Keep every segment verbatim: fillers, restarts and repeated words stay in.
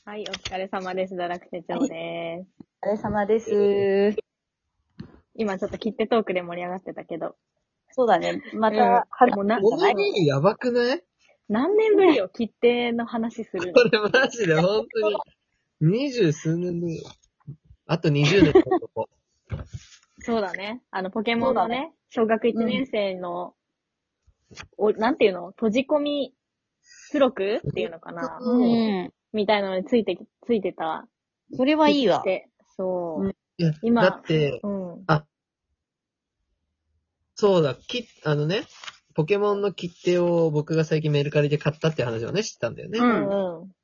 はい、お疲れ様です。堕落手帳です。 お疲れ様です。 今ちょっと切手トークで盛り上がってたけど。 そうだね。また、 うん話もうなすんじゃない？ このルールやばくない？ 何年ぶりよ、切手の話するの。 これマジで本当に、二十数年ぶりよ。あと二十年のとこ。 そうだね。あの、ポケモンのね、 そうだね小学いちねん生の、お、なんていうの閉じ込み付録っていうのかな、 うんうん。 みたいなのについて、ついてた。 それはいいわ。 で、そう。 うんいや、 今だってう、ん。 あ、そうだ、き、あのね、ポケモンの切手を僕が最近メルカリで買ったって話をね、知ったんだよね。 ううんうん。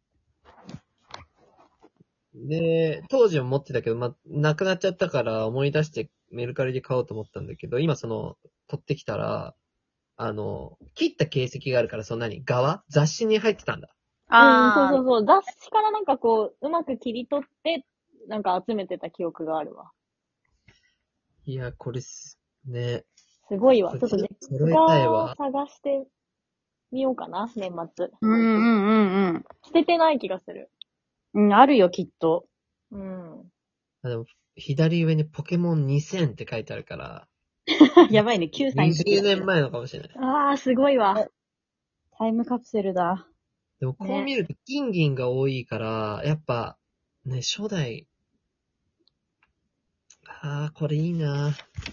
で、当時も持ってたけど、ま、なくなっちゃったから思い出してメルカリで買おうと思ったんだけど、今その、取ってきたら、あの、切った形跡があるから、そんなに側雑誌に入ってたんだ。 うん、そうあー、 そうそう。雑誌からなんかこう、うまく切り取って、なんか集めてた記憶があるわ。 いや、これす、ね。 すごいわ。 これちょっと実揃えたいわ。 家探してみようかな、年末。 うんうんうん捨ててない気がする。 うん。うん、あるよ、きっと。 うん。 あの、左上にポケモンにせんって書いてあるから、 やばいね、きゅうさいの時 20 だ。 年前のかもしれない。 あー、すごいわ。 タイムカプセルだ。 でもこう見ると金銀が多いから、やっぱ、ね、初代、あー、これいいな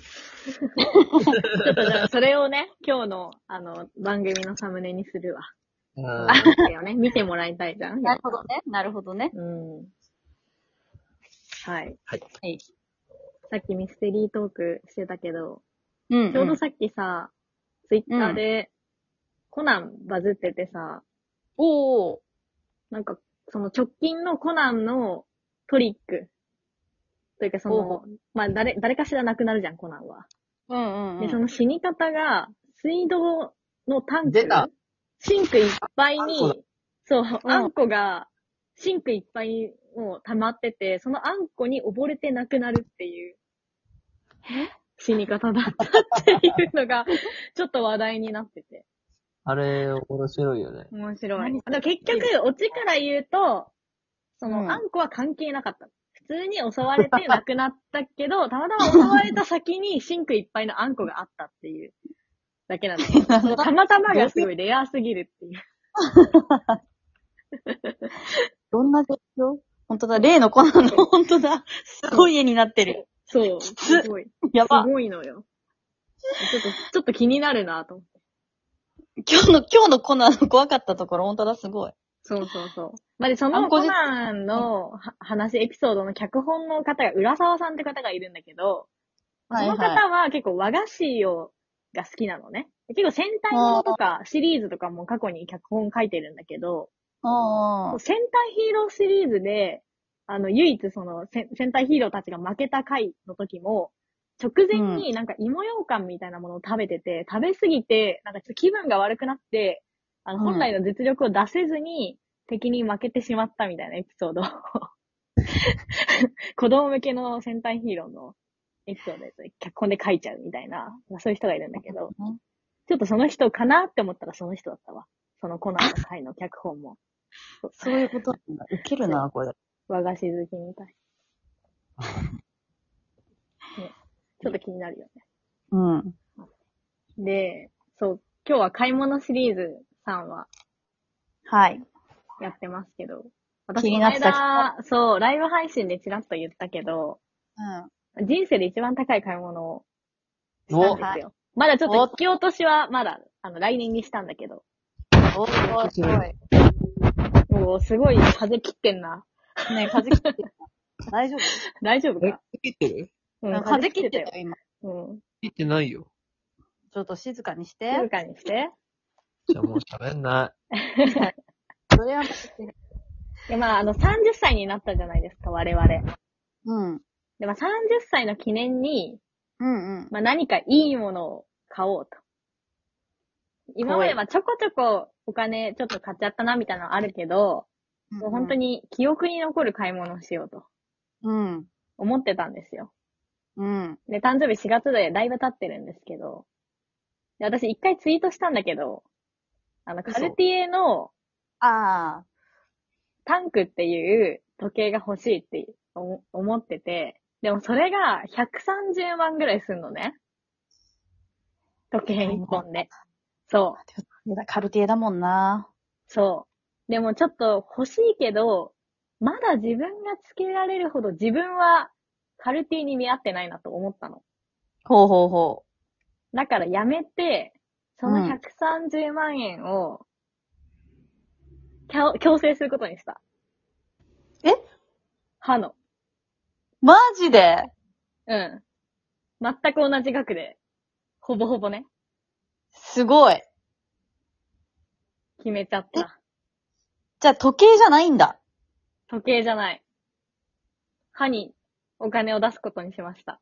ちょっとじゃあ、それをね、今日の、あの、番組のサムネにするわ。 ああーれをね、見てもらいたいじゃん。 なるほどね。なるほどね。 うん。はい。 はい。 はい。 さっきミステリートークしてたけど、 うん、うん。 ちょうどさっきさ、ツイッターで、コナンバズっててさ、 おー。 なんか、その直近のコナンのトリック、というかそほうの、まあ、誰、誰かしら亡くなるじゃん、コナンは。 うんうんで、そうん。 の死に方が、水道のタンク出たシンクいっぱいあんこだに、そう、 うんあんこが、シンクいっぱいにもう溜まってて、そのあんこに溺れて亡くなるっていう、死に方だったっていうのが、ちょっと話題になってて。 あれ、面白いよね。 面白い。 何でも結局、オチから言うと、その、 うんあんこは関係なかった。普通に襲われて亡くなったけど、たまたま襲われた先にシンクいっぱいのあんこがあったっていうだけなんだけど、そのたまたまがすごいレアすぎるっていう。 どんな状況？ほんとだ、例のコナンの、ほんとだ。すごい絵になってる。 そう。すごい。 やばす。ごいのよ。ちょっと、ちょっと気になるなと思って。 今日の、今日のコナンの怖かったところ、ほんとだ、すごい。 そうそうそう。まあ、で、そあのコんこ自ナンのは話、エピソードの脚本の方が、浦沢さんって方がいるんだけど、その方は結構和菓子を、が好きなのね。結構戦隊ものとかシリーズとかも過去に脚本書いてるんだけど、 ああ。 戦隊ヒーローシリーズで、あの、唯一その戦戦隊ヒーローたちが負けた回の時も、直前になんか芋羊羹みたいなものを食べてて、食べすぎて、なんかちょっと気分が悪くなって、あの、 うん本来の実力を出せずに、敵に負けてしまったみたいなエピソードを子供向けの戦隊ヒーローのエピソードで脚本で書いちゃうみたいな、まあ、そういう人がいるんだけど、ちょっとその人かなって思ったらその人だったわ。そのコナンの回の脚本も。 そういうことなんだ。ウケるな、これ。 和菓子好きみたい。ね、ちょっと気になるよね。 うん。 で、そう、今日は買い物シリーズさんははい。 やってますけど、私この気になってた間、そう、ライブ配信でちらっと言ったけど、 うん。 人生で一番高い買い物をしたんですよ。 おまだちょっと引き落としはまだ、あの、来年にしたんだけど。 おー、すごい。 もう、すごい風切ってんな。 ねえ、風切ってる。大丈夫？ え大丈夫か、 切ってるうん、 風切ってよたよ、今。 うん。 切ってないよ。 ちょっと静かにして静。かにして。 じゃあもう喋んなそれは、 で、まあ、あの、さんじゅっさいになったじゃないですか、我々。 うん。 で、まあ、さんじゅっさいの記念に、 うんうん。 まあ、何かいいものを買おうと。今まではちょこちょこお金ちょっと買っちゃったなみたいなのあるけど、もう本当に記憶に残る買い物をしようとうん。 思ってたんですよ。 うん。 で、誕生日しがつでだいぶ経ってるんですけど、で私一回ツイートしたんだけど、あの、カルティエのああ。 タンクっていう時計が欲しいって思思ってて、でもそれがひゃくさんじゅうまんぐらいすんのね。時計一本で。そう。 カルティエだもんな。 そう。でもちょっと欲しいけど、まだ自分がつけられるほど自分はカルティエに見合ってないなと思ったの。 ほうほうほだからやめて、そのうんひゃくさんじゅうまんえんを、強強制することにした。 え歯の。 う。マジでうん。全く同じ額で、ほぼほぼね、 すごい。 決めちゃった。 じゃあ時計じゃないんだ。 時計じゃない。歯にお金を出すことにしました。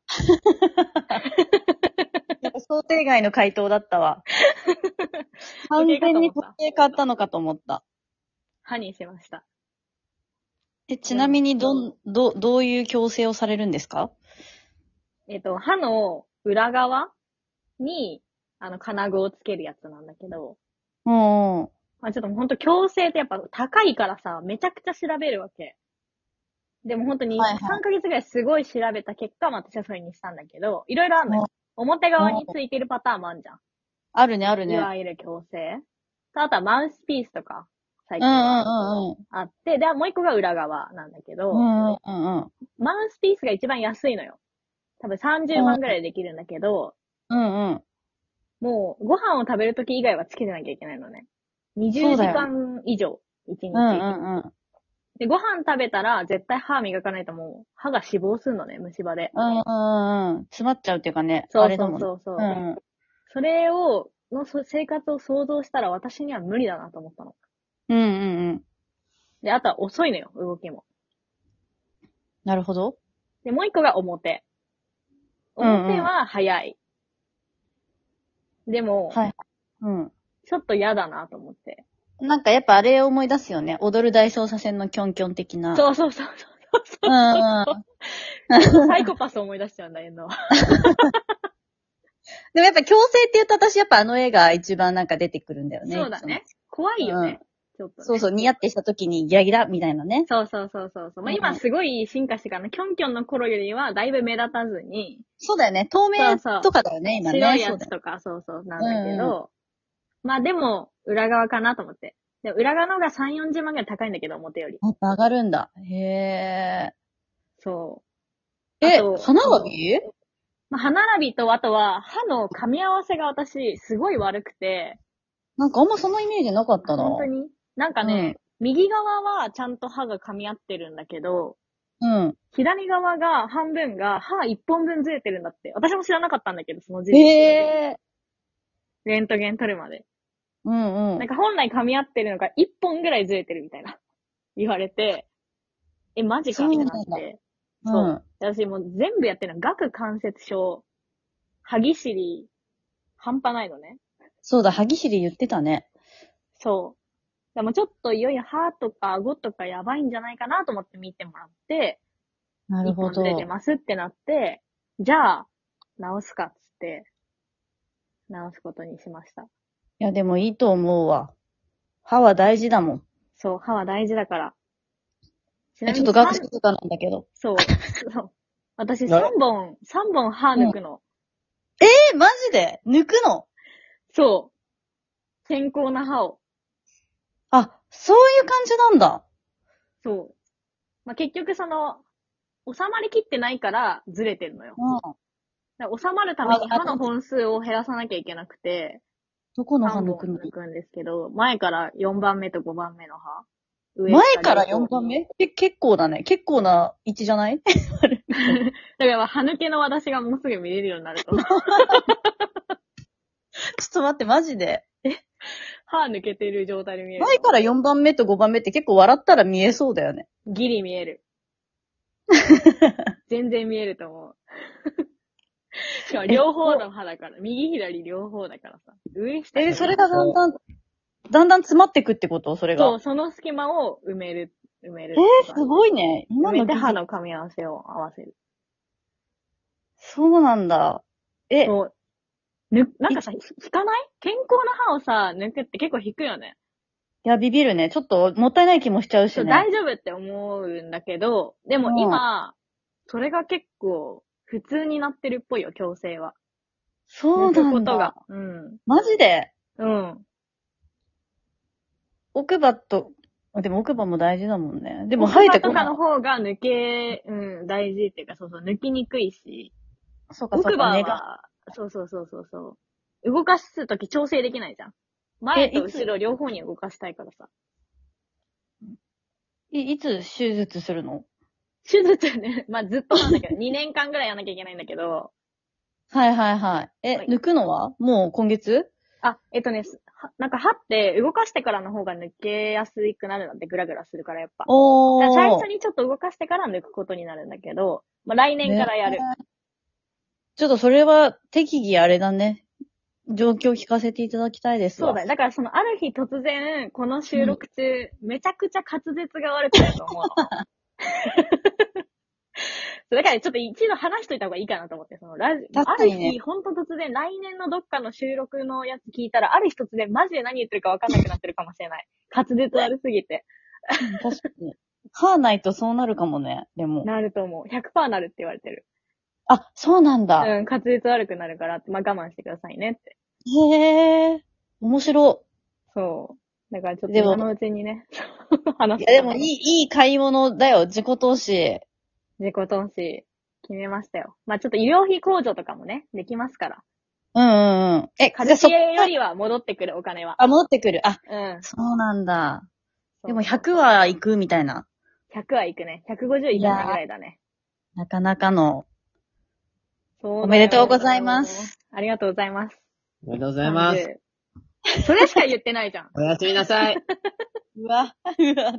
想定外の回答だったわ。完全に時計買ったのかと思った。 歯にしました。 え、ちなみにどん、ど、どういう矯正をされるんですか？ えっと、歯の裏側に、あの、金具をつけるやつなんだけど、 うんうん。 まあちょっとほんと矯正ってやっぱ高いからさ、めちゃくちゃ調べるわけ。でもほんとにはいはいさんかげつぐらいすごい調べた結果、まあ私はそれにしたんだけど、いろいろあるのよ。表側についてるパターンもあるじゃん。 あるね、あるいね。 わゆる矯正。あとはマウスピースとか、最近うんうんはうんうん。 あって、で、もう一個が裏側なんだけど、 うんうんうんうん。 マウスピースが一番安いのよ。多分さんじゅうまんぐらいでできるんだけど、 うんうん。 もうご飯を食べるとき以外はつけてなきゃいけないのね。にじゅ時そううだよ間以上、いちにち。 うんうんうん。 で、ご飯食べたら絶対歯磨かないともう歯が死亡するのね、虫歯で。 うんうんうん。詰まっちゃうっていうかね。 そうそあれだもんね。 うそうそう。 うん。 それを、のそ生活を想像したら私には無理だなと思ったの。 うんうんうん。 で、あとは遅いのよ、動きも。 なるほど。 で、もう一個が表。 うんうん表は早い。でも、 はい。うん。 ちょっと嫌だなと思って。 なんかやっぱあれを思い出すよね。踊る大捜査線のキョンキョン的な。う。 そうそうそうそうそう。 うんうん。 サイコパスを思い出しちゃうんだ、エンの。 でもやっぱ強制って言うと私やっぱあの絵が一番なんか出てくるんだよね。 そうだね。怖いよね。ちょっとね。 そうそう、ニヤってした時にギラギラみたいなね。 そうそうそうそうそう。まあ、 うん今すごい進化してからね、キョンキョンの頃よりはだいぶ目立たずに、 そうだよね。透明とかだよね、今ね。 白いやそうだよつとか、そうそうなんだけど、まあでも、裏側かなと思って。で裏側の方がさん、よんじゅうまんぐらい高いんだけど、表より。 やっぱ上がるんだ。へえ。 そう。 え、 あと歯並びまあ、歯並びと、あとは、歯の噛み合わせが私、すごい悪くて、 なんかあんまそのイメージなかったな。 本当になんかね、右側はちゃんと歯が噛み合ってるんだけど、 うん。 左側が、半分が歯一本分ずれてるんだって。私も知らなかったんだけど、その時期。 へえ。 レントゲン撮るまで。 うんうん。 なんか本来噛み合ってるのが一本ぐらいずれてるみたいな。言われて、え、マジかってなって。そう。 うん。 私もう全部やってるの。顎関節症、歯ぎしり、半端ないのね。 そうだ、歯ぎしり言ってたね。 そう。でもちょっといよいよ歯とか顎とかやばいんじゃないかなと思って見てもらって、 なるほど。 一本ずれてますってなって、じゃあ、直すかっつって、直すことにしました。 いや、でもいいと思うわ。歯は大事だもん。 そう、歯は大事だから。ちえ、ちょっと学習家なんだけど。 そう。そう。私さんぼん、さんぼん歯抜くの。 えー、マジで抜くの？ そう。健康な歯を。 あ、そういう感じなんだ。 そう。まあ、結局その、収まりきってないからずれてるのよ。 うん。 だから収まるためにああ歯の本数を減らさなきゃいけなくて、 どこの歯 3 抜くの？ 本抜くんですけど、前からよんばんめとごばんめの歯。上前から下両方よんばんめえ、結構だね。結構な位置じゃない？ だから歯抜けの私がもうすぐ見れるようになると思う。 ちょっと待って、マジで。 歯抜けてる状態で見える。 前からよんばんめとごばんめって結構笑ったら見えそうだよね。 ギリ見える。全然見えると思う。しかも両方の歯だから、右左両方だからさ。上下。 え、それがだんだん、だんだん詰まってくってことそれが。 そう、その隙間を埋める、埋める。 えー、すごいね。今埋めての技術歯の噛み合わせを合わせる。 そうなんだ。え、 そう。ぬ、なんかさ、引かない健康な歯をさ、抜くって結構引くよね。 いや、ビビるね。ちょっともったいない気もしちゃうしそう、 ね。 大丈夫って思うんだけど、でも今、それが結構普通になってるっぽいよ、矯正は。 そう抜くなんだ。 ことが。うん。 マジでうん。 奥歯と、でも奥歯も大事だもんね。でも奥生えてこない。 歯とかの方が抜け、うん、大事っていうか、そうそう、抜きにくいし。 そうかそう奥歯か、根が。 は、そうそうそうそうそう。動かすとき調整できないじゃん。前と後ろ両方に動かしたいからさ。 い、いつ手術するの？ 手術ね、まあずっとなんだけど、にねんかんぐらいやんなきゃいけないんだけど、 はいはいはい。え、 はい抜くのはもう今月？ あ、えっとね、すはなんか歯って動かしてからの方が抜けやすくなるなんてグラグラするからやっぱ。だからおー。 最初にちょっと動かしてから抜くことになるんだけど、まあ来年からやる。 ねちょっとそれは適宜あれだね。状況聞かせていただきたいですわ。 そうだよ。だからそのある日突然、この収録中、めちゃくちゃ滑舌が悪くなると思うの。そうだからちょっと一度話しといた方がいいかなと思って、そのラジある確かにね日、ほんと突然、来年のどっかの収録のやつ聞いたら、ある日突然、マジで何言ってるか分かんなくなってるかもしれない。滑舌悪すぎて。 確かに。歯ないとそうなるかもね。でも。 なると思う。ひゃくパーセントなるって言われてる。 あ、そうなんだ。 うん、滑舌悪くなるからって、まあ我慢してくださいねって。 へえ。面白。 そう。だからちょっとでも今のうちにね、話いやでもいい、いい買い物だよ。自己投資。 自己投資決めましたよ。まあちょっと医療費控除とかもね、できますから。 うんうんうん。え、 カルシじゃあエよりは戻ってくるお金は。 あ、戻ってくる。あ、 うん。 そうなんだ。でもそうひゃくは行くみたいな。 ひゃくはいくね。ひゃくごじゅういかないぐらいだね。 なかなかの。 そうだよおめでとうございます。 ありがとうございます。 おめでとうございます。 さんじゅうそれしか言ってないじゃん。 おやすみなさい。 うわ、うわ。